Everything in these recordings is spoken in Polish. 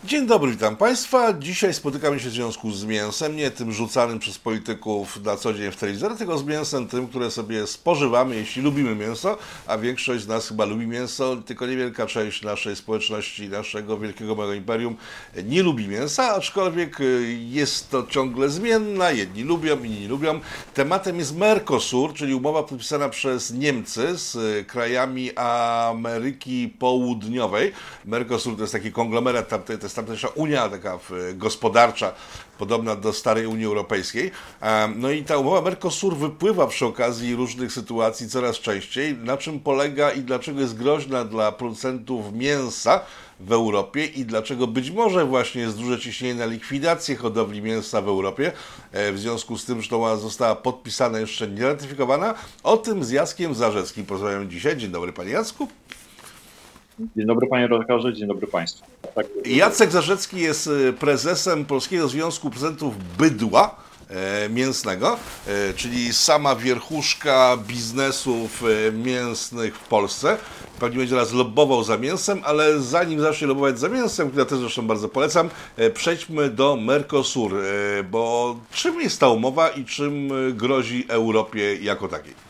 Dzień dobry, witam Państwa. Dzisiaj spotykamy się w związku z mięsem, nie tym rzucanym przez polityków na co dzień w telewizorze, tylko z mięsem tym, które sobie spożywamy, jeśli lubimy mięso, a większość z nas chyba lubi mięso, tylko niewielka część naszej społeczności, naszego wielkiego małego imperium nie lubi mięsa, aczkolwiek jest to ciągle zmienna, jedni lubią, inni nie lubią. Tematem jest Mercosur, czyli umowa podpisana przez Niemcy z krajami Ameryki Południowej. Mercosur to jest taki konglomerat, to jest tamtejsza Unia taka gospodarcza, podobna do starej Unii Europejskiej. No i ta umowa Mercosur wypływa przy okazji różnych sytuacji coraz częściej. Na czym polega i dlaczego jest groźna dla producentów mięsa w Europie i dlaczego być może właśnie jest duże ciśnienie na likwidację hodowli mięsa w Europie, w związku z tym, że to została podpisana, jeszcze nie ratyfikowana. O tym z Jackiem Zarzeckim porozmawiamy dzisiaj. Dzień dobry, panie Jacku. Dzień dobry, panie redaktorze, dzień dobry państwu. Jacek Zarzecki jest prezesem Polskiego Związku Producentów Bydła Mięsnego, czyli sama wierchuszka biznesów mięsnych w Polsce. Pewnie będzie teraz lobbował za mięsem, ale zanim zacznie lobbować za mięsem, które też zresztą bardzo polecam, przejdźmy do Mercosur, bo czym jest ta umowa i czym grozi Europie jako takiej?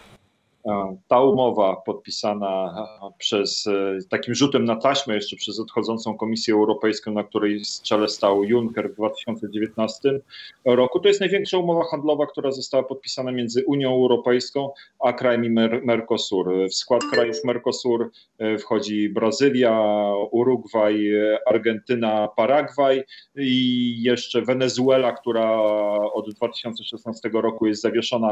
Ta umowa podpisana przez takim rzutem na taśmę jeszcze przez odchodzącą Komisję Europejską, na której czele stał Juncker w 2019 roku, to jest największa umowa handlowa, która została podpisana między Unią Europejską a krajami Mercosur. W skład krajów Mercosur wchodzi Brazylia, Urugwaj, Argentyna, Paragwaj i jeszcze Wenezuela, która od 2016 roku jest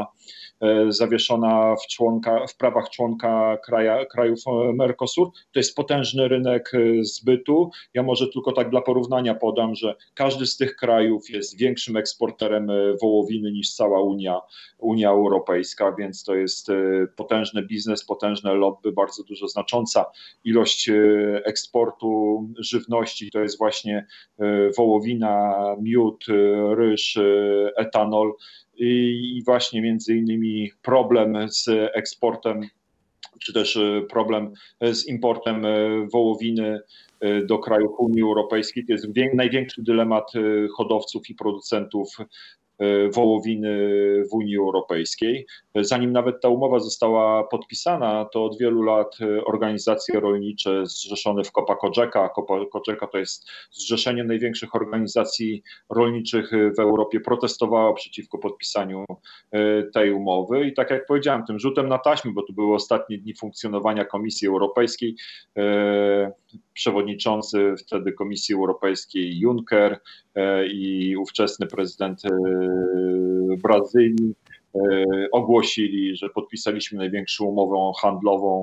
zawieszona w prawach członka krajów Mercosur. To jest potężny rynek zbytu. Ja może tylko tak dla porównania podam, że każdy z tych krajów jest większym eksporterem wołowiny niż cała Unia Europejska, więc to jest potężny biznes, potężne lobby, bardzo dużo znacząca ilość eksportu żywności. To jest właśnie wołowina, miód, ryż, etanol. I właśnie między innymi problem z eksportem, czy też problem z importem wołowiny do krajów Unii Europejskiej. To jest największy dylemat hodowców i producentów wołowiny w Unii Europejskiej. Zanim nawet ta umowa została podpisana, to od wielu lat organizacje rolnicze zrzeszone w Copa-Cogeca, Copa-Cogeca to jest zrzeszenie największych organizacji rolniczych w Europie, protestowało przeciwko podpisaniu tej umowy i tak jak powiedziałem, tym rzutem na taśmę, bo to były ostatnie dni funkcjonowania Komisji Europejskiej, przewodniczący wtedy Komisji Europejskiej Juncker i ówczesny prezydent Brazylii ogłosili, że podpisaliśmy największą umowę handlową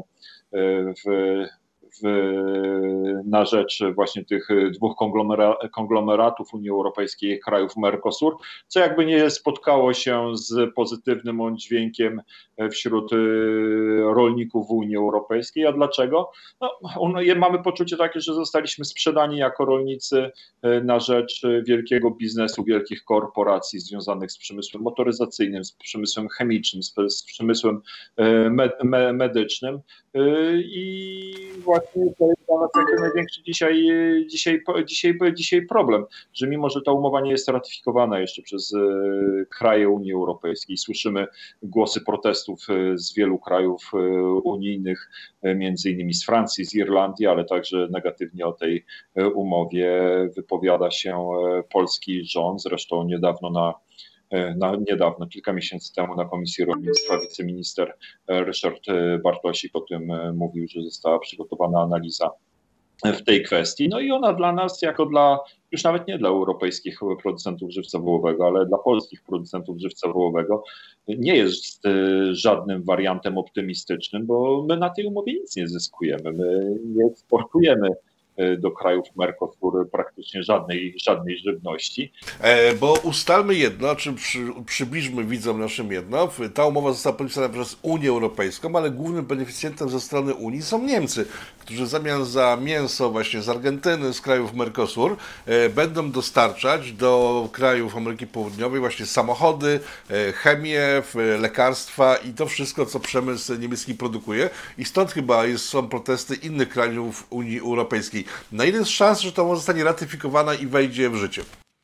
na rzecz właśnie tych dwóch konglomeratów Unii Europejskiej, krajów Mercosur, co jakby nie spotkało się z pozytywnym oddźwiękiem wśród rolników w Unii Europejskiej. A dlaczego? Mamy poczucie takie, że zostaliśmy sprzedani jako rolnicy na rzecz wielkiego biznesu, wielkich korporacji związanych z przemysłem motoryzacyjnym, z przemysłem chemicznym, z przemysłem medycznym i właśnie to jest dla nas jakby największy dzisiaj problem, że mimo, że ta umowa nie jest ratyfikowana jeszcze przez kraje Unii Europejskiej, słyszymy głosy protestów z wielu krajów unijnych, między innymi z Francji, z Irlandii, ale także negatywnie o tej umowie wypowiada się polski rząd, zresztą niedawno, kilka miesięcy temu na Komisji Rolnictwa wiceminister Ryszard Bartosik o tym mówił, że została przygotowana analiza w tej kwestii. No i ona dla nas, już nawet nie dla europejskich producentów żywca wołowego, ale dla polskich producentów żywca wołowego nie jest żadnym wariantem optymistycznym, bo my na tej umowie nic nie zyskujemy. My nie eksportujemy do krajów Mercosur praktycznie żadnej żywności. Bo ustalmy jedno, czy przybliżmy widzom naszym jedno, ta umowa została podpisana przez Unię Europejską, ale głównym beneficjentem ze strony Unii są Niemcy, którzy zamiast za mięso właśnie z Argentyny, z krajów Mercosur, będą dostarczać do krajów Ameryki Południowej właśnie samochody, chemię, lekarstwa i to wszystko, co przemysł niemiecki produkuje. I stąd chyba są protesty innych krajów Unii Europejskiej. Na ile jest szans, że to umowa zostanie ratyfikowana i wejdzie w życie?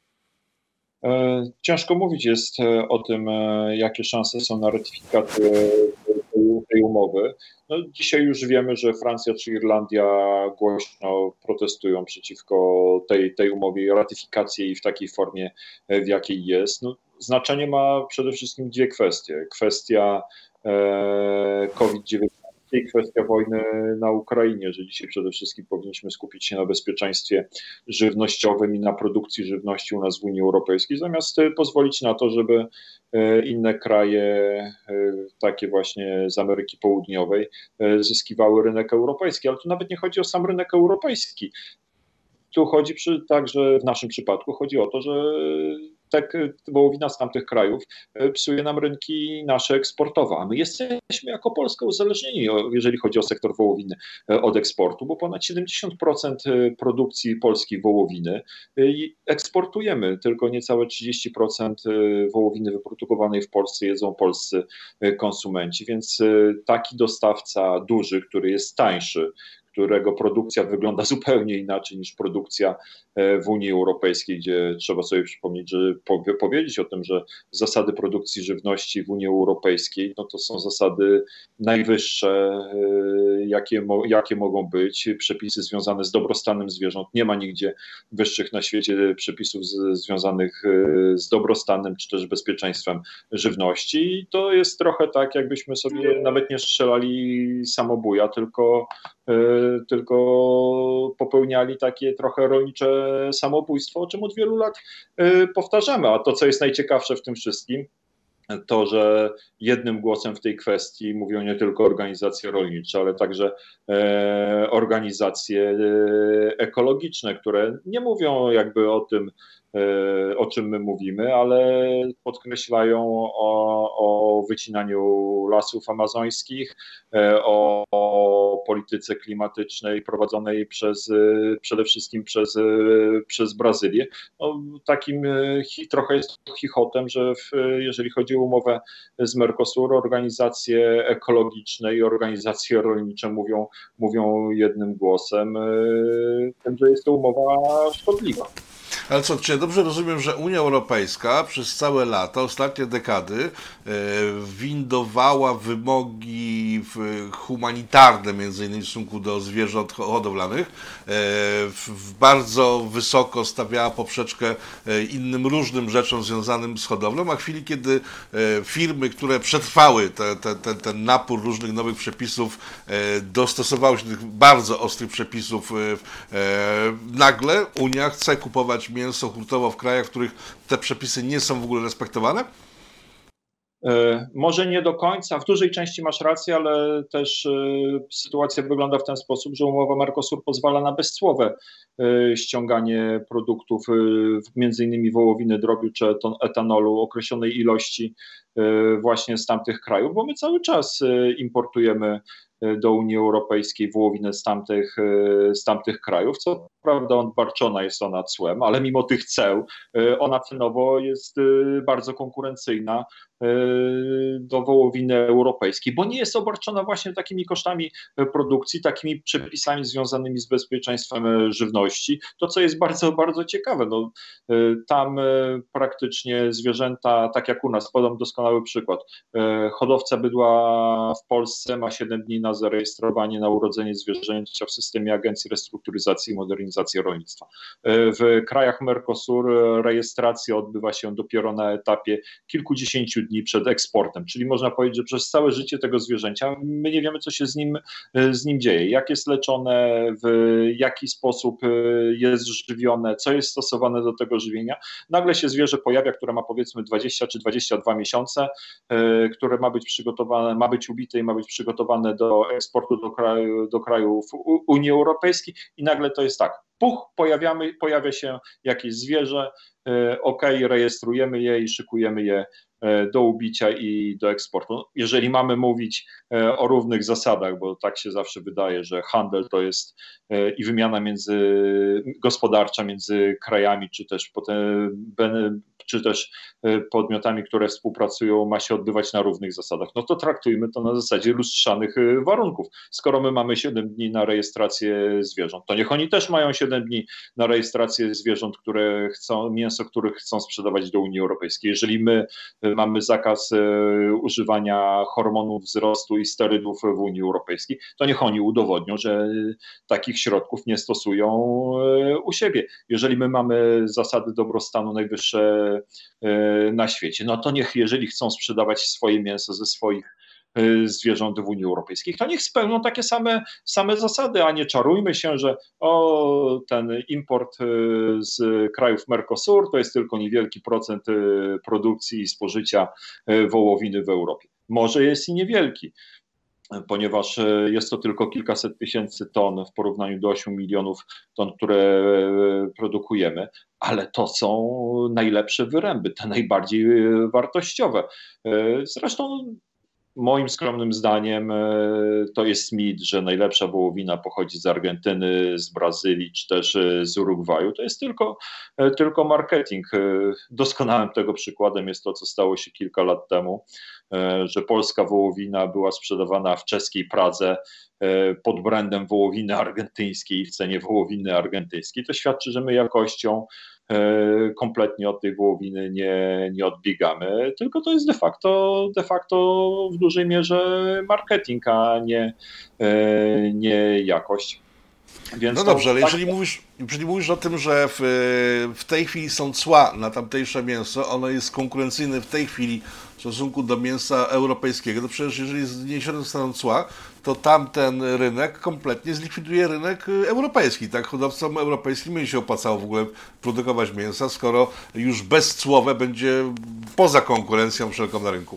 Ciężko mówić jest o tym, jakie szanse są na ratyfikację tej umowy. No, dzisiaj już wiemy, że Francja czy Irlandia głośno protestują przeciwko tej umowie i ratyfikacji jej w takiej formie, w jakiej jest. No, znaczenie ma przede wszystkim dwie kwestie. Kwestia COVID-19 i kwestia wojny na Ukrainie, że dzisiaj przede wszystkim powinniśmy skupić się na bezpieczeństwie żywnościowym i na produkcji żywności u nas w Unii Europejskiej, zamiast pozwolić na to, żeby inne kraje, takie właśnie z Ameryki Południowej, zyskiwały rynek europejski. Ale tu nawet nie chodzi o sam rynek europejski. Tu chodzi także w naszym przypadku chodzi o to, że wołowina z tamtych krajów psuje nam rynki nasze eksportowe, a my jesteśmy jako Polska uzależnieni, jeżeli chodzi o sektor wołowiny, od eksportu, bo ponad 70% produkcji polskiej wołowiny eksportujemy, tylko niecałe 30% wołowiny wyprodukowanej w Polsce jedzą polscy konsumenci, więc taki dostawca duży, który jest tańszy, którego produkcja wygląda zupełnie inaczej niż produkcja w Unii Europejskiej, gdzie trzeba sobie przypomnieć, że powiedzieć o tym, że zasady produkcji żywności w Unii Europejskiej, no to są zasady najwyższe, jakie mogą być, przepisy związane z dobrostanem zwierząt. Nie ma nigdzie wyższych na świecie przepisów związanych z dobrostanem czy też bezpieczeństwem żywności i to jest trochę tak, jakbyśmy sobie nawet nie strzelali samobuja, tylko popełniali takie trochę rolnicze samobójstwo, o czym od wielu lat powtarzamy. A to, co jest najciekawsze w tym wszystkim, to, że jednym głosem w tej kwestii mówią nie tylko organizacje rolnicze, ale także organizacje ekologiczne, które nie mówią jakby o tym, o czym my mówimy, ale podkreślają o wycinaniu lasów amazońskich, o polityce klimatycznej prowadzonej przede wszystkim przez Brazylię. No, takim trochę jest chichotem, że jeżeli chodzi o umowę z Mercosur, organizacje ekologiczne i organizacje rolnicze mówią jednym głosem, tym, że jest to umowa szkodliwa. Ale co, czy ja dobrze rozumiem, że Unia Europejska przez całe lata, ostatnie dekady windowała wymogi humanitarne, między innymi w stosunku do zwierząt hodowlanych, bardzo wysoko stawiała poprzeczkę innym różnym rzeczom związanym z hodowlą, a w chwili, kiedy firmy, które przetrwały ten napór różnych nowych przepisów, dostosowały się do tych bardzo ostrych przepisów, nagle Unia chce kupować mięso hurtowo w krajach, w których te przepisy nie są w ogóle respektowane? Może nie do końca, w dużej części masz rację, ale też sytuacja wygląda w ten sposób, że umowa Mercosur pozwala na bezcłowe ściąganie produktów, między innymi wołowiny, drobiu czy etanolu określonej ilości właśnie z tamtych krajów, bo my cały czas importujemy do Unii Europejskiej wołowinę z tamtych krajów. Co prawda obarczona jest ona cłem, ale mimo tych ceł ona cenowo jest bardzo konkurencyjna do wołowiny europejskiej, bo nie jest obarczona właśnie takimi kosztami produkcji, takimi przepisami związanymi z bezpieczeństwem żywności. To, co jest bardzo, bardzo ciekawe, no, tam praktycznie zwierzęta, tak jak u nas, podam doskonały przykład, hodowca bydła w Polsce ma 7 dni na zarejestrowanie na urodzenie zwierzęcia w systemie Agencji Restrukturyzacji i Modernizacji Rolnictwa. W krajach Mercosur rejestracja odbywa się dopiero na etapie kilkudziesięciu dni przed eksportem, czyli można powiedzieć, że przez całe życie tego zwierzęcia my nie wiemy, co się z nim dzieje, jak jest leczone, w jaki sposób jest żywione, co jest stosowane do tego żywienia. Nagle się zwierzę pojawia, które ma powiedzmy 20 czy 22 miesiące, które ma być przygotowane, ma być ubite i ma być przygotowane do eksportu do krajów Unii Europejskiej i nagle to jest tak, pojawia się jakieś zwierzę, OK, rejestrujemy je i szykujemy je do ubicia i do eksportu. No, jeżeli mamy mówić o równych zasadach, bo tak się zawsze wydaje, że handel to jest i wymiana gospodarcza między krajami, czy też podmiotami, które współpracują, ma się odbywać na równych zasadach, no to traktujmy to na zasadzie lustrzanych warunków. Skoro my mamy 7 dni na rejestrację zwierząt, to niech oni też mają 7 dni na rejestrację zwierząt, mięso, których chcą sprzedawać do Unii Europejskiej. Jeżeli my mamy zakaz używania hormonów wzrostu i sterydów w Unii Europejskiej, to niech oni udowodnią, że takich środków nie stosują u siebie. Jeżeli my mamy zasady dobrostanu najwyższe na świecie, no to niech, jeżeli chcą sprzedawać swoje mięso ze swoich zwierząt w Unii Europejskiej, to niech spełnią takie same zasady, a nie czarujmy się, że ten import z krajów Mercosur to jest tylko niewielki procent produkcji i spożycia wołowiny w Europie. Może jest i niewielki, ponieważ jest to tylko kilkaset tysięcy ton w porównaniu do 8 milionów ton, które produkujemy, ale to są najlepsze wyręby, te najbardziej wartościowe. Zresztą moim skromnym zdaniem to jest mit, że najlepsza wołowina pochodzi z Argentyny, z Brazylii czy też z Urugwaju. To jest tylko marketing. Doskonałym tego przykładem jest to, co stało się kilka lat temu, że polska wołowina była sprzedawana w czeskiej Pradze pod brandem wołowiny argentyńskiej i w cenie wołowiny argentyńskiej. To świadczy, że my jakością kompletnie od tej wołowiny nie odbiegamy, tylko to jest de facto w dużej mierze marketing, a nie jakość. Więc no dobrze, ale jeżeli mówisz o tym, że w tej chwili są cła na tamtejsze mięso, ono jest konkurencyjne w tej chwili w stosunku do mięsa europejskiego, to przecież jeżeli zniesione zostaną cła, to tamten rynek kompletnie zlikwiduje rynek europejski. Tak, hodowcom europejskim nie się opłacało w ogóle produkować mięsa, skoro już bezcłowe będzie poza konkurencją wszelką na rynku.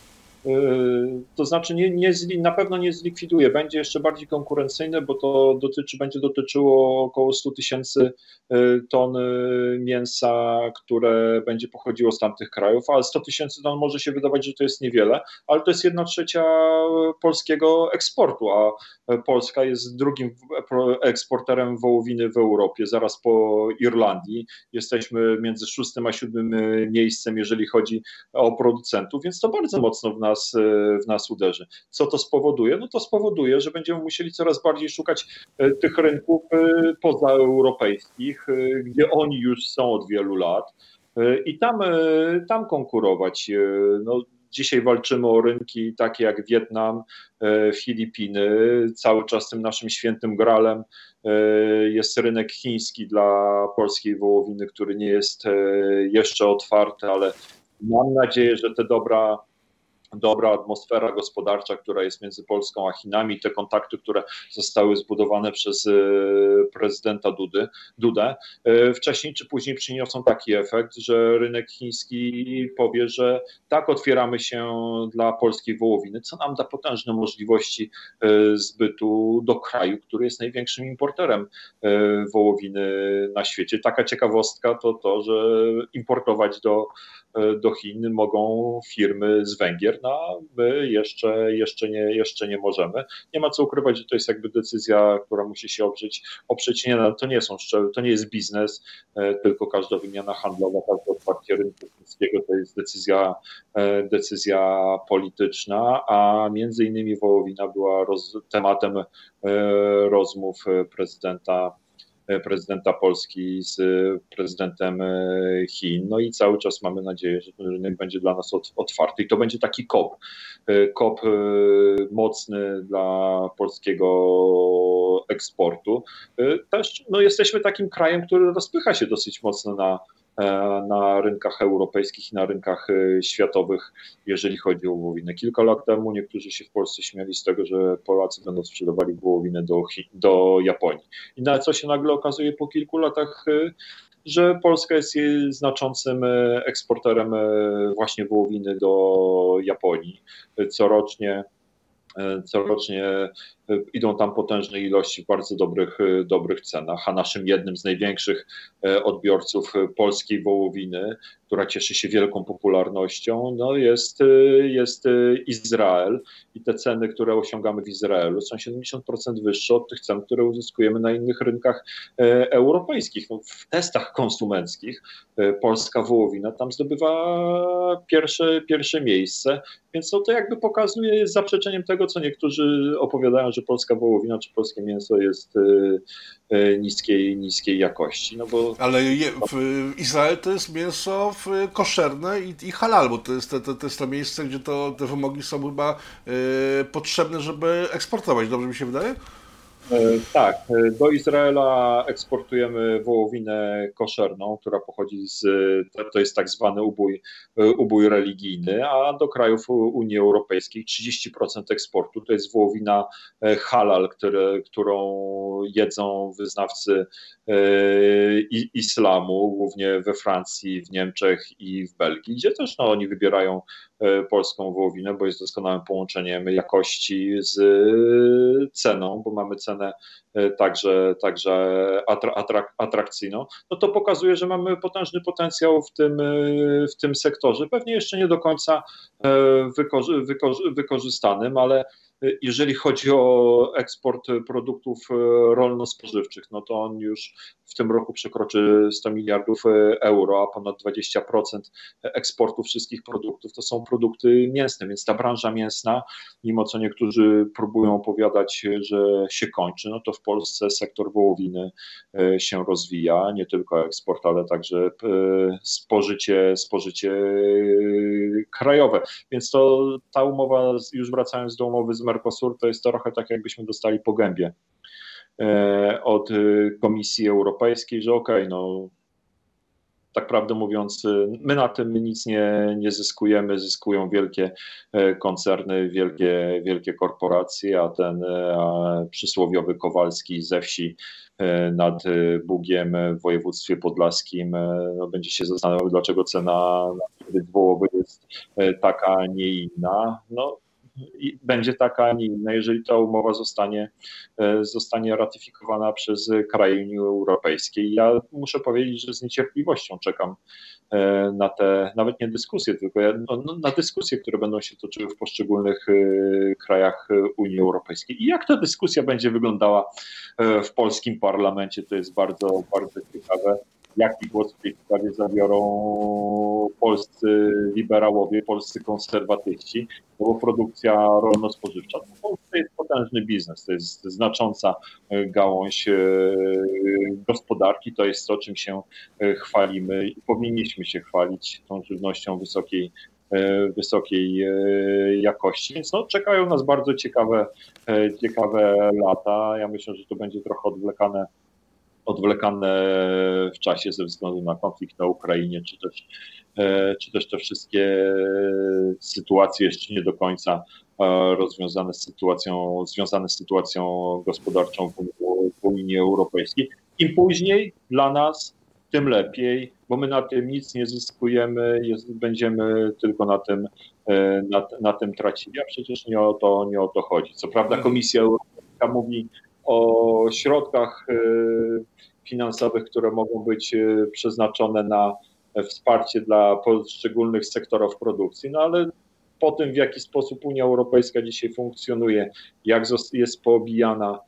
To znaczy na pewno nie zlikwiduje, będzie jeszcze bardziej konkurencyjne, bo to będzie dotyczyło około 100 tysięcy ton mięsa, które będzie pochodziło z tamtych krajów, ale 100 tysięcy ton może się wydawać, że to jest niewiele, ale to jest 1/3 polskiego eksportu, a Polska jest drugim eksporterem wołowiny w Europie, zaraz po Irlandii. Jesteśmy między 6. a 7. miejscem, jeżeli chodzi o producentów, więc to bardzo mocno w nas uderzy. Co to spowoduje? No to spowoduje, że będziemy musieli coraz bardziej szukać tych rynków pozaeuropejskich, gdzie oni już są od wielu lat i tam konkurować. No, dzisiaj walczymy o rynki takie jak Wietnam, Filipiny. Cały czas tym naszym świętym gralem jest rynek chiński dla polskiej wołowiny, który nie jest jeszcze otwarty, ale mam nadzieję, że te dobra atmosfera gospodarcza, która jest między Polską a Chinami, te kontakty, które zostały zbudowane przez prezydenta Dudę, wcześniej czy później przyniosą taki efekt, że rynek chiński powie, że tak, otwieramy się dla polskiej wołowiny, co nam da potężne możliwości zbytu do kraju, który jest największym importerem wołowiny na świecie. Taka ciekawostka to, że importować do Chin mogą firmy z Węgier, no my jeszcze nie możemy. Nie ma co ukrywać, że to jest jakby decyzja, która musi się oprzeć. To nie jest biznes, tylko każda wymiana handlowa, każde otwarcie rynku chińskiego to jest decyzja polityczna, a między innymi wołowina była tematem rozmów prezydenta Polski z prezydentem Chin. No i cały czas mamy nadzieję, że ten rynek będzie dla nas otwarty i to będzie taki kop mocny dla polskiego eksportu. Też jesteśmy takim krajem, który rozpycha się dosyć mocno na rynkach europejskich i na rynkach światowych, jeżeli chodzi o wołowinę. Kilka lat temu niektórzy się w Polsce śmiali z tego, że Polacy będą sprzedawali wołowinę do Japonii. I na co się nagle okazuje po kilku latach, że Polska jest znaczącym eksporterem właśnie wołowiny do Japonii. Corocznie idą tam potężne ilości w bardzo dobrych cenach, a naszym jednym z największych odbiorców polskiej wołowiny, która cieszy się wielką popularnością, no jest Izrael i te ceny, które osiągamy w Izraelu są 70% wyższe od tych cen, które uzyskujemy na innych rynkach europejskich. No, w testach konsumenckich polska wołowina tam zdobywa pierwsze miejsce, więc to jakby pokazuje, jest zaprzeczeniem tego, co niektórzy opowiadają, że polska wołowina czy polskie mięso jest niskiej jakości. No bo Ale w Izrael to jest mięso koszerne i halal, bo to jest to miejsce, gdzie te wymogi są chyba potrzebne, żeby eksportować. Dobrze mi się wydaje? Tak, do Izraela eksportujemy wołowinę koszerną, która pochodzi to jest tak zwany ubój religijny, a do krajów Unii Europejskiej 30% eksportu to jest wołowina halal, którą jedzą wyznawcy islamu, głównie we Francji, w Niemczech i w Belgii, gdzie też oni wybierają polską wołowinę, bo jest doskonałym połączeniem jakości z ceną, bo mamy cenę także atrakcyjną. No to pokazuje, że mamy potężny potencjał w tym sektorze. Pewnie jeszcze nie do końca wykorzystanym, ale jeżeli chodzi o eksport produktów rolno-spożywczych, no to on już w tym roku przekroczy 100 miliardów euro, a ponad 20% eksportu wszystkich produktów to są produkty mięsne, więc ta branża mięsna, mimo co niektórzy próbują opowiadać, że się kończy, no to w Polsce sektor wołowiny się rozwija, nie tylko eksport, ale także spożycie krajowe. Więc ta umowa, już wracając do umowy z Mercosur, to jest trochę tak, jakbyśmy dostali po gębie od Komisji Europejskiej, że no tak prawdę mówiąc, my na tym nic nie zyskujemy, zyskują wielkie koncerny, wielkie korporacje, a ten przysłowiowy Kowalski ze wsi nad Bugiem w województwie podlaskim no, będzie się zastanawiał, dlaczego cena wołowy jest taka, a nie inna. No, i będzie taka, a nie inna, jeżeli ta umowa zostanie ratyfikowana przez kraje Unii Europejskiej. Ja muszę powiedzieć, że z niecierpliwością czekam na te, nawet nie dyskusje, tylko na dyskusje, które będą się toczyły w poszczególnych krajach Unii Europejskiej. I jak ta dyskusja będzie wyglądała w polskim parlamencie, to jest bardzo, bardzo ciekawe. Jaki głos w tej sprawie zabiorą polscy liberałowie, polscy konserwatyści, no bo produkcja rolno-spożywcza to jest potężny biznes, to jest znacząca gałąź gospodarki, to jest to, czym się chwalimy i powinniśmy się chwalić tą żywnością wysokiej jakości, więc no, czekają nas bardzo ciekawe lata. Ja myślę, że to będzie trochę odwlekane w czasie ze względu na konflikt na Ukrainie, czy też te wszystkie sytuacje jeszcze nie do końca związane z sytuacją gospodarczą w Unii Europejskiej. Im później dla nas, tym lepiej, bo my na tym nic nie zyskujemy, będziemy tylko na tym tracili, a przecież nie o to chodzi. Co prawda Komisja Europejska mówi o środkach finansowych, które mogą być przeznaczone na wsparcie dla poszczególnych sektorów produkcji, no ale po tym, w jaki sposób Unia Europejska dzisiaj funkcjonuje, jak jest poobijana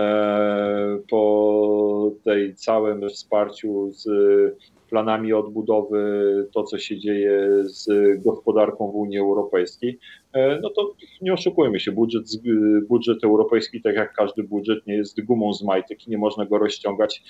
po tej całym wsparciu z planami odbudowy, to co się dzieje z gospodarką w Unii Europejskiej, no to nie oszukujmy się, budżet europejski, tak jak każdy budżet, nie jest gumą z majtek i nie można go rozciągać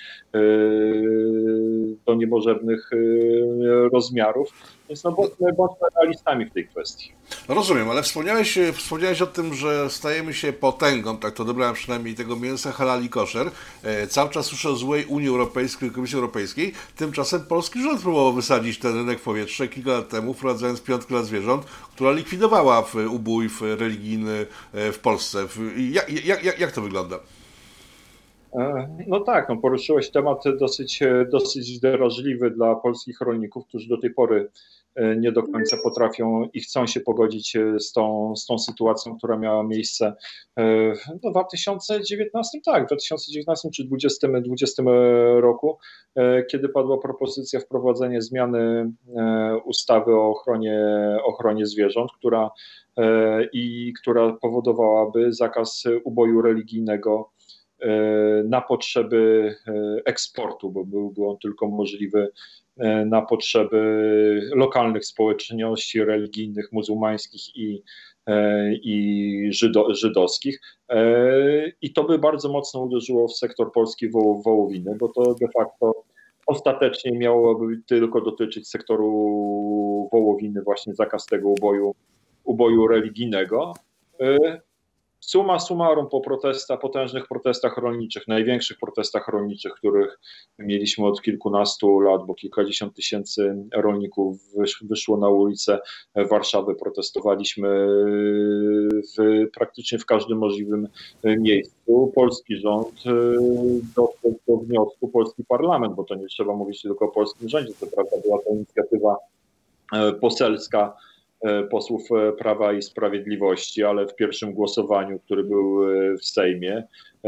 do niemożebnych rozmiarów, więc no bądźmy realistami w tej kwestii. No rozumiem, ale wspomniałeś o tym, że stajemy się potęgą, tak to dobrałem przynajmniej tego mięsa halal i koszer. Cały czas słyszę o złej Unii Europejskiej, Komisji Europejskiej. Tymczasem polski rząd próbował wysadzić ten rynek w powietrze kilka lat temu, wprowadzając piątkę dla zwierząt, która likwidowała ubój religijny w Polsce. Jak to wygląda? No tak, no poruszyłeś temat dosyć drażliwy dla polskich rolników, którzy do tej pory nie do końca potrafią i chcą się pogodzić z tą sytuacją, która miała miejsce w 2019, tak, w 2019 czy 2020 roku, kiedy padła propozycja wprowadzenia zmiany ustawy o ochronie zwierząt, która powodowałaby zakaz uboju religijnego na potrzeby eksportu, bo byłby on tylko możliwy na potrzeby lokalnych społeczności religijnych, muzułmańskich i żydowskich. I to by bardzo mocno uderzyło w sektor polski wołowiny, bo to de facto ostatecznie miałoby tylko dotyczyć sektoru wołowiny, właśnie zakaz tego uboju religijnego. Summa summarum po potężnych protestach rolniczych, największych protestach rolniczych, których mieliśmy od kilkunastu lat, bo kilkadziesiąt tysięcy rolników wyszło na ulicę Warszawy, protestowaliśmy praktycznie w każdym możliwym miejscu. Polski rząd doszedł do wniosku, polski parlament, bo to nie trzeba mówić tylko o polskim rządzie, co prawda była to inicjatywa poselska posłów Prawa i Sprawiedliwości, ale w pierwszym głosowaniu, który był w Sejmie,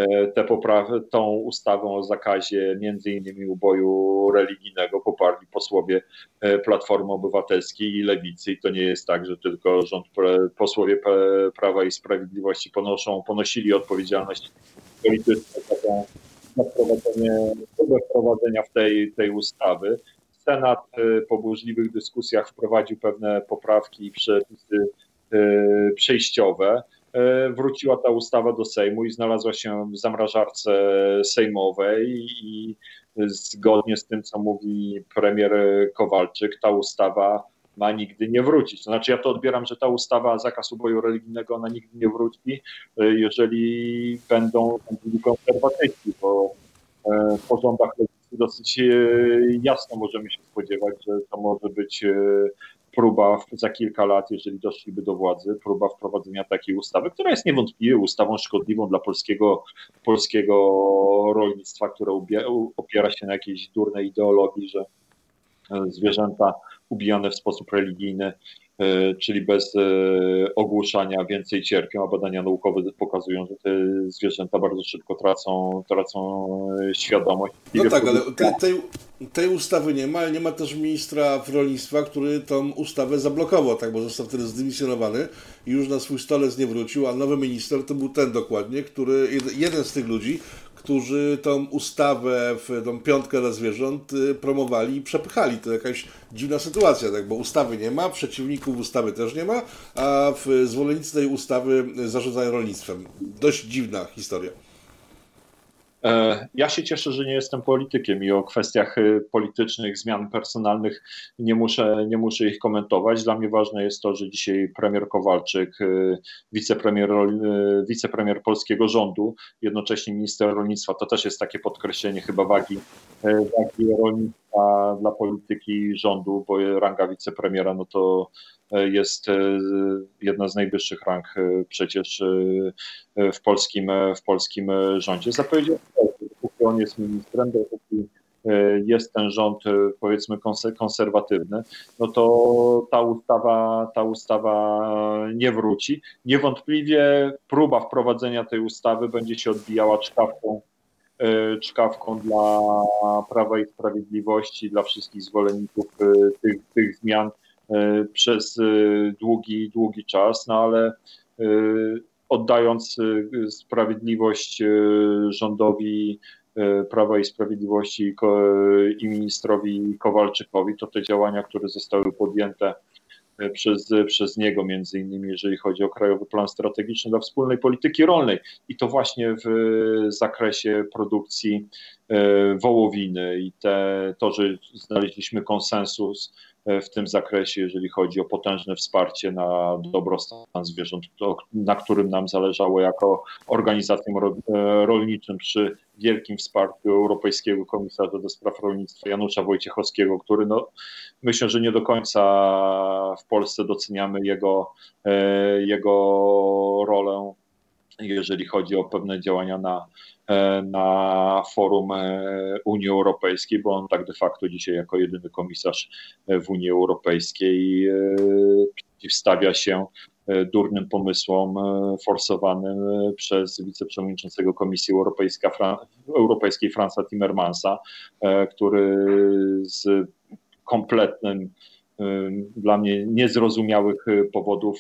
tą ustawę o zakazie między innymi uboju religijnego poparli posłowie Platformy Obywatelskiej i Lewicy. I to nie jest tak, że tylko posłowie Prawa i Sprawiedliwości ponosili odpowiedzialność polityczną za wprowadzenia tej ustawy. Senat po burzliwych dyskusjach wprowadził pewne poprawki i przepisy przejściowe. Wróciła ta ustawa do Sejmu i znalazła się w zamrażarce sejmowej i zgodnie z tym, co mówi premier Kowalczyk, ta ustawa ma nigdy nie wrócić. To znaczy ja to odbieram, że ta ustawa, zakaz uboju religijnego, ona nigdy nie wróci, jeżeli będą konserwatyści, bo po rządach dosyć jasno możemy się spodziewać, że to może być próba za kilka lat, jeżeli doszliby do władzy, próba wprowadzenia takiej ustawy, która jest niewątpliwie ustawą szkodliwą dla polskiego rolnictwa, które opiera się na jakiejś durnej ideologii, że zwierzęta ubijane w sposób religijny, czyli bez ogłuszania, więcej cierpią, a badania naukowe pokazują, że te zwierzęta bardzo szybko tracą świadomość. No tak, ale tej ustawy nie ma, ale nie ma też ministra rolnictwa, który tą ustawę zablokował, tak, bo został wtedy zdymisjonowany i już na swój stolec nie wrócił, a nowy minister to był ten dokładnie, jeden z tych ludzi, którzy tą ustawę, tą piątkę dla zwierząt promowali i przepychali. To jakaś dziwna sytuacja, tak? Bo ustawy nie ma, przeciwników ustawy też nie ma, a zwolennicy tej ustawy zarządzają rolnictwem. Dość dziwna historia. Ja się cieszę, że nie jestem politykiem i o kwestiach politycznych, zmian personalnych nie muszę ich komentować. Dla mnie ważne jest to, że dzisiaj premier Kowalczyk, wicepremier polskiego rządu, jednocześnie minister rolnictwa, to też jest takie podkreślenie chyba wagi rolnictwa dla polityki rządu, bo ranga wicepremiera no to jest jedna z najwyższych rang przecież w polskim rządzie. Zapowiedział, dopóki on jest ministrem, dopóki jest ten rząd powiedzmy konserwatywny, no to ta ustawa nie wróci. Niewątpliwie próba wprowadzenia tej ustawy będzie się odbijała czkawką dla Prawa i Sprawiedliwości, dla wszystkich zwolenników tych zmian przez długi czas, no ale oddając sprawiedliwość rządowi Prawa i Sprawiedliwości i ministrowi Kowalczykowi, to te działania, które zostały podjęte przez niego, między innymi jeżeli chodzi o Krajowy Plan Strategiczny dla Wspólnej Polityki Rolnej i to właśnie w zakresie produkcji wołowiny i to, że znaleźliśmy konsensus w tym zakresie, jeżeli chodzi o potężne wsparcie na dobrostan zwierząt, na którym nam zależało jako organizacjom rolniczym przy wielkim wsparciu Europejskiego Komisarza do Spraw Rolnictwa Janusza Wojciechowskiego, który myślę, że nie do końca w Polsce doceniamy jego rolę jeżeli chodzi o pewne działania na forum Unii Europejskiej, bo on tak de facto dzisiaj jako jedyny komisarz w Unii Europejskiej przeciwstawia się durnym pomysłom forsowanym przez wiceprzewodniczącego Komisji Europejskiej Franza Timmermansa, który z kompletnym, dla mnie niezrozumiałych powodów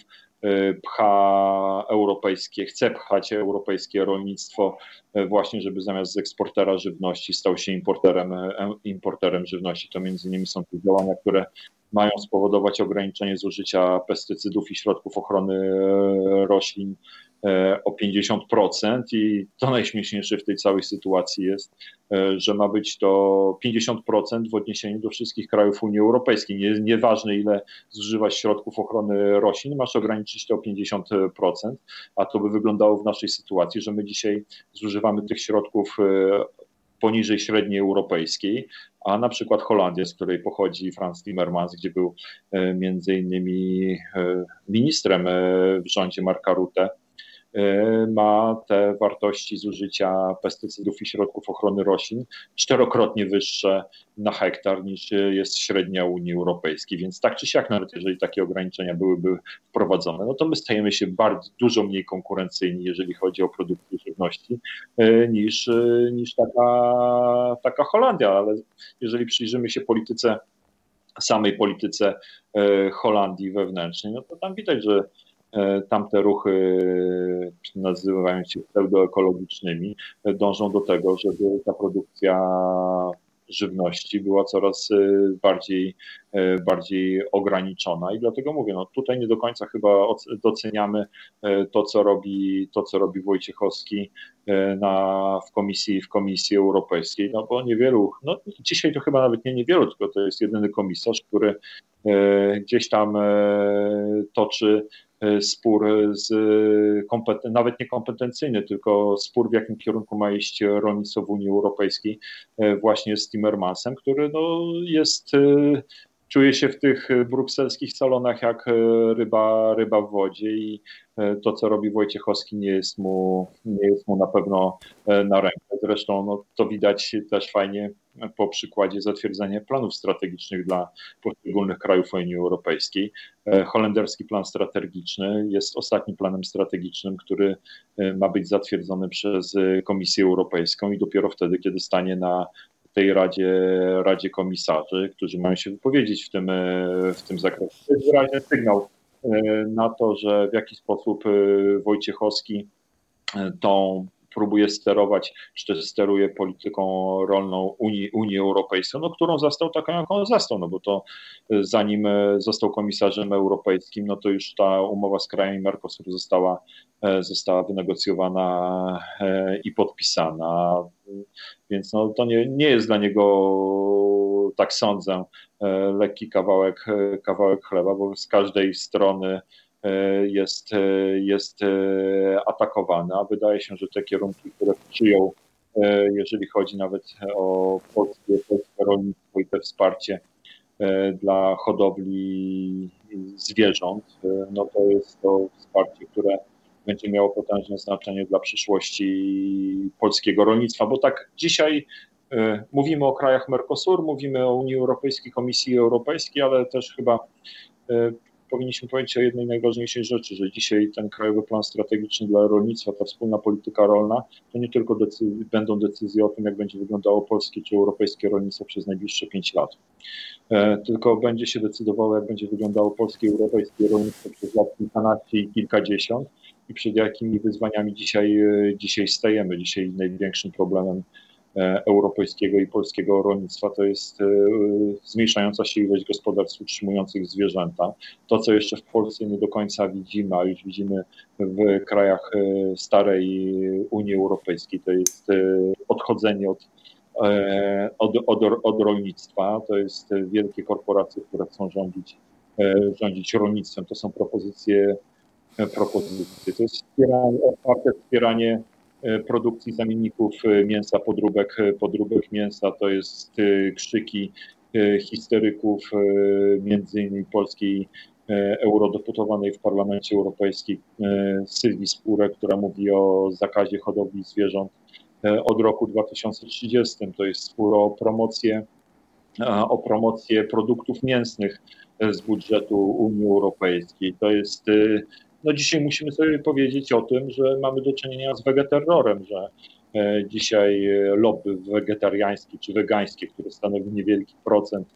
chce pchać europejskie rolnictwo właśnie, żeby zamiast z eksportera żywności stał się importerem żywności. To między innymi są te działania, które mają spowodować ograniczenie zużycia pestycydów i środków ochrony roślin o 50% i to najśmieszniejsze w tej całej sytuacji jest, że ma być to 50% w odniesieniu do wszystkich krajów Unii Europejskiej. Nieważne ile zużywasz środków ochrony roślin, masz ograniczyć to o 50%, a to by wyglądało w naszej sytuacji, że my dzisiaj zużywamy tych środków poniżej średniej europejskiej, a na przykład Holandia, z której pochodzi Frans Timmermans, gdzie był między innymi ministrem w rządzie Marka Rutte, ma te wartości zużycia pestycydów i środków ochrony roślin 4-krotnie wyższe na hektar niż jest średnia Unii Europejskiej. Więc tak czy siak, nawet jeżeli takie ograniczenia byłyby wprowadzone, no to my stajemy się dużo mniej konkurencyjni, jeżeli chodzi o produkcję żywności, niż taka Holandia. Ale jeżeli przyjrzymy się samej polityce Holandii wewnętrznej, no to tam widać, że tamte ruchy, nazywając się pseudoekologicznymi, dążą do tego, żeby ta produkcja żywności była coraz bardziej ograniczona i dlatego mówię, no tutaj nie do końca chyba doceniamy to, co robi Wojciechowski w Komisji Europejskiej, no bo niewielu, no dzisiaj to chyba nawet niewielu, tylko to jest jedyny komisarz, który gdzieś tam toczy spór nawet niekompetencyjny, tylko spór, w jakim kierunku ma iść rolnictwo w Unii Europejskiej właśnie z Timmermansem, który no czuje się w tych brukselskich salonach jak ryba w wodzie i to, co robi Wojciechowski, nie jest mu na pewno na rękę. Zresztą no, to widać też fajnie po przykładzie zatwierdzania planów strategicznych dla poszczególnych krajów Unii Europejskiej. Holenderski plan strategiczny jest ostatnim planem strategicznym, który ma być zatwierdzony przez Komisję Europejską i dopiero wtedy, kiedy stanie na tej Radzie Komisarzy, którzy mają się wypowiedzieć w tym zakresie. To jest wyraźny sygnał na to, że w jaki sposób Wojciechowski próbuje sterować, czy też steruje polityką rolną Unii Europejskiej, no, którą zastał taką, jaką zastał, no bo to zanim został komisarzem europejskim, no to już ta umowa z krajami Mercosur została wynegocjowana i podpisana, więc no, to nie jest dla niego, tak sądzę, lekki kawałek chleba, bo z każdej strony jest atakowany, a wydaje się, że te kierunki, które przyjął, jeżeli chodzi nawet o polskie rolnictwo i te wsparcie dla hodowli zwierząt, no to jest to wsparcie, które będzie miało potężne znaczenie dla przyszłości polskiego rolnictwa, bo tak dzisiaj mówimy o krajach Mercosur, mówimy o Unii Europejskiej, Komisji Europejskiej, ale też chyba powinniśmy powiedzieć o jednej najważniejszej rzeczy, że dzisiaj ten Krajowy Plan Strategiczny dla Rolnictwa, ta wspólna polityka rolna, to nie tylko będą decyzje o tym, jak będzie wyglądało polskie czy europejskie rolnictwo przez najbliższe 5 lat, tylko będzie się decydowało, jak będzie wyglądało polskie i europejskie rolnictwo przez lat kilkanaście i kilkadziesiąt i przed jakimi wyzwaniami dzisiaj stajemy. Dzisiaj największym problemem europejskiego i polskiego rolnictwa to jest zmniejszająca się ilość gospodarstw utrzymujących zwierzęta. To, co jeszcze w Polsce nie do końca widzimy, a już widzimy w krajach starej Unii Europejskiej, to jest odchodzenie od rolnictwa. To jest wielkie korporacje, które chcą rządzić rolnictwem. To są propozycje. To jest otwarte wspieranie produkcji zamienników mięsa, podróbek mięsa, to jest krzyki histeryków między innymi polskiej eurodeputowanej w Parlamencie Europejskim Sylwii Spurek, która mówi o zakazie hodowli zwierząt od roku 2030. To jest spór o promocję produktów mięsnych z budżetu Unii Europejskiej. To jest, no dzisiaj musimy sobie powiedzieć o tym, że mamy do czynienia z wegeterrorem, że dzisiaj lobby wegetariańskie czy wegańskie, które stanowi niewielki procent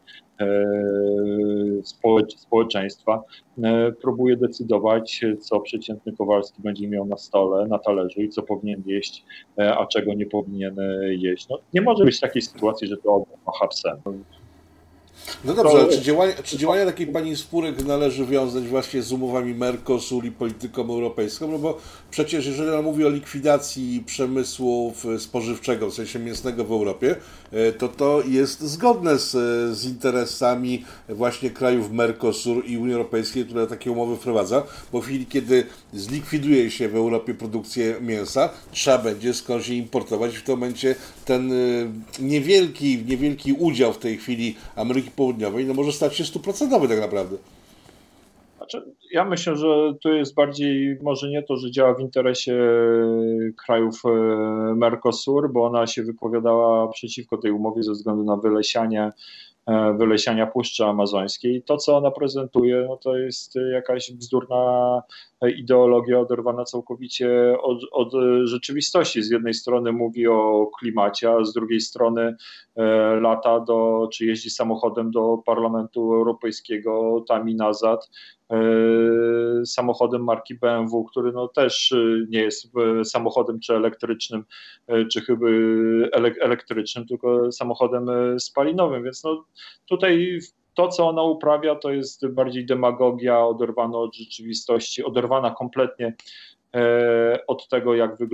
społeczeństwa, próbuje decydować, co przeciętny Kowalski będzie miał na stole, na talerzu i co powinien jeść, a czego nie powinien jeść. No, nie może być takiej sytuacji, że to ma hapsem. No dobrze, ale czy działania takiej pani Spurek należy wiązać właśnie z umowami Mercosur i polityką europejską? No bo przecież jeżeli ona mówi o likwidacji przemysłu spożywczego, w sensie mięsnego w Europie, to jest zgodne z interesami właśnie krajów Mercosur i Unii Europejskiej, która takie umowy wprowadza, bo w chwili, kiedy zlikwiduje się w Europie produkcję mięsa, trzeba będzie skądś je importować i w tym momencie ten niewielki udział w tej chwili Ameryki Południowej no może stać się 100% tak naprawdę. Znaczy, ja myślę, że to jest bardziej może nie to, że działa w interesie krajów Mercosur, bo ona się wypowiadała przeciwko tej umowie ze względu na wylesiania Puszczy Amazońskiej. To, co ona prezentuje, no to jest jakaś bzdurna ideologia oderwana całkowicie od rzeczywistości. Z jednej strony mówi o klimacie, a z drugiej strony lata czy jeździ samochodem do Parlamentu Europejskiego tam i nazad, samochodem marki BMW, który no też nie jest samochodem czy elektrycznym, czy chyba elektrycznym, tylko samochodem spalinowym, więc no tutaj to, co ona uprawia, to jest bardziej demagogia oderwana od rzeczywistości, oderwana kompletnie od tego,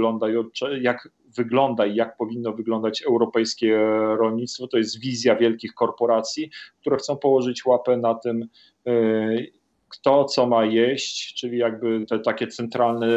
jak jak powinno wyglądać europejskie rolnictwo. To jest wizja wielkich korporacji, które chcą położyć łapę na tym, kto co ma jeść, czyli jakby te takie centralne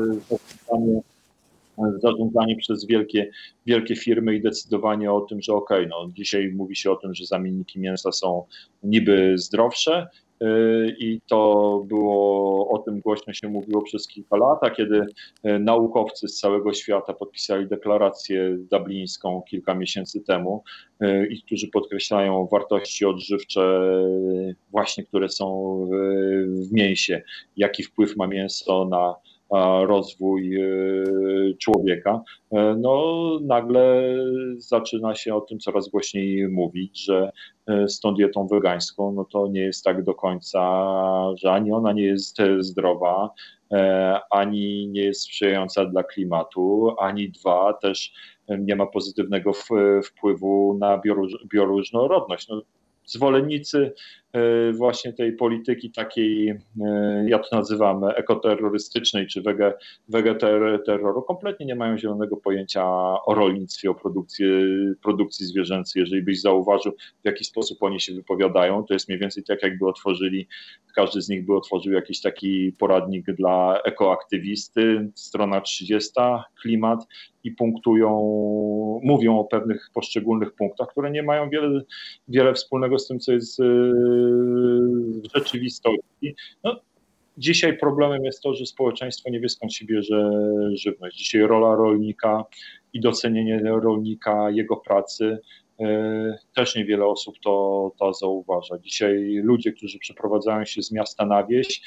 zarządzanie przez wielkie firmy i decydowanie o tym, że no dzisiaj mówi się o tym, że zamienniki mięsa są niby zdrowsze i to o tym głośno się mówiło przez kilka lat, a kiedy naukowcy z całego świata podpisali deklarację dublińską kilka miesięcy temu i którzy podkreślają wartości odżywcze właśnie, które są w mięsie, jaki wpływ ma mięso na rozwój człowieka, no nagle zaczyna się o tym coraz głośniej mówić, że z tą dietą wegańską, no to nie jest tak do końca, że ani ona nie jest zdrowa, ani nie jest sprzyjająca dla klimatu, ani dwa, też nie ma pozytywnego wpływu na bioróżnorodność. No, zwolennicy właśnie tej polityki takiej, ja to nazywam ekoterrorystycznej czy wegeterroru, kompletnie nie mają zielonego pojęcia o rolnictwie, o produkcji zwierzęcej. Jeżeli byś zauważył, w jaki sposób oni się wypowiadają, to jest mniej więcej tak, jakby każdy z nich by otworzył jakiś taki poradnik dla ekoaktywisty, strona 30, klimat, i mówią o pewnych poszczególnych punktach, które nie mają wiele wspólnego z tym, co jest w rzeczywistości. No, dzisiaj problemem jest to, że społeczeństwo nie wie, skąd się bierze żywność. Dzisiaj rola rolnika i docenienie rolnika, jego pracy, też niewiele osób to zauważa. Dzisiaj ludzie, którzy przeprowadzają się z miasta na wieś,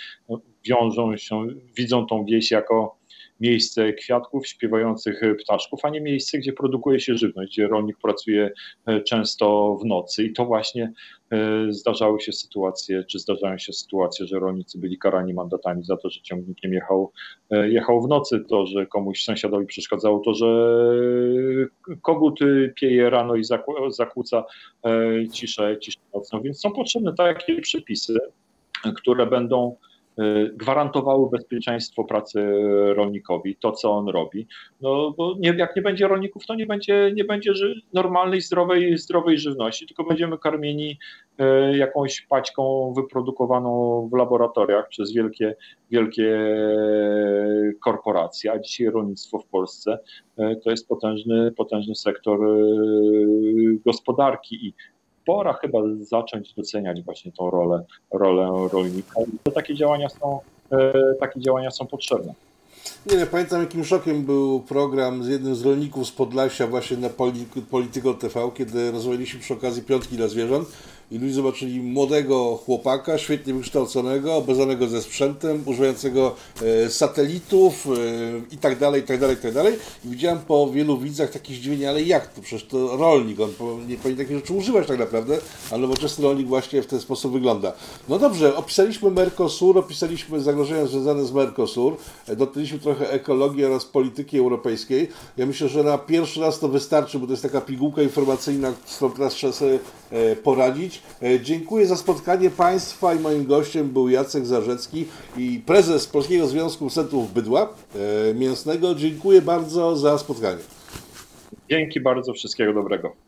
widzą tą wieś jako miejsce kwiatków, śpiewających ptaszków, a nie miejsce, gdzie produkuje się żywność, gdzie rolnik pracuje często w nocy. I to właśnie zdarzają się sytuacje, że rolnicy byli karani mandatami za to, że ciągnikiem jechał w nocy, to, że komuś sąsiadowi przeszkadzało to, że kogut pieje rano i zakłóca ciszę nocną. Więc są potrzebne takie przepisy, które będą gwarantowały bezpieczeństwo pracy rolnikowi, to co on robi. No bo jak nie będzie rolników, to nie będzie normalnej, zdrowej żywności, tylko będziemy karmieni jakąś paćką wyprodukowaną w laboratoriach przez wielkie korporacje, a dzisiaj rolnictwo w Polsce to jest potężny sektor gospodarki i pora chyba zacząć doceniać właśnie tą rolę rolnika. I takie działania są potrzebne. Nie, pamiętam jakim szokiem był program z jednym z rolników z Podlasia właśnie na Polityko TV, kiedy rozmawialiśmy przy okazji Piątki dla Zwierząt i ludzie zobaczyli młodego chłopaka, świetnie wykształconego, obeznanego ze sprzętem, używającego satelitów i tak dalej, i tak dalej, i tak dalej. I widziałem po wielu widzach takie zdziwienie, ale jak to? Przecież to rolnik, on nie powinien takich rzeczy używać tak naprawdę, a nowoczesny rolnik właśnie w ten sposób wygląda. No dobrze, opisaliśmy Mercosur, opisaliśmy zagrożenia związane z Mercosur, dotknęliśmy trochę ekologii oraz polityki europejskiej. Ja myślę, że na pierwszy raz to wystarczy, bo to jest taka pigułka informacyjna, z którą teraz trzeba sobie poradzić. Dziękuję za spotkanie Państwa i moim gościem był Jacek Zarzecki i prezes Polskiego Związku Producentów Bydła Mięsnego. Dziękuję bardzo za spotkanie. Dzięki bardzo, wszystkiego dobrego.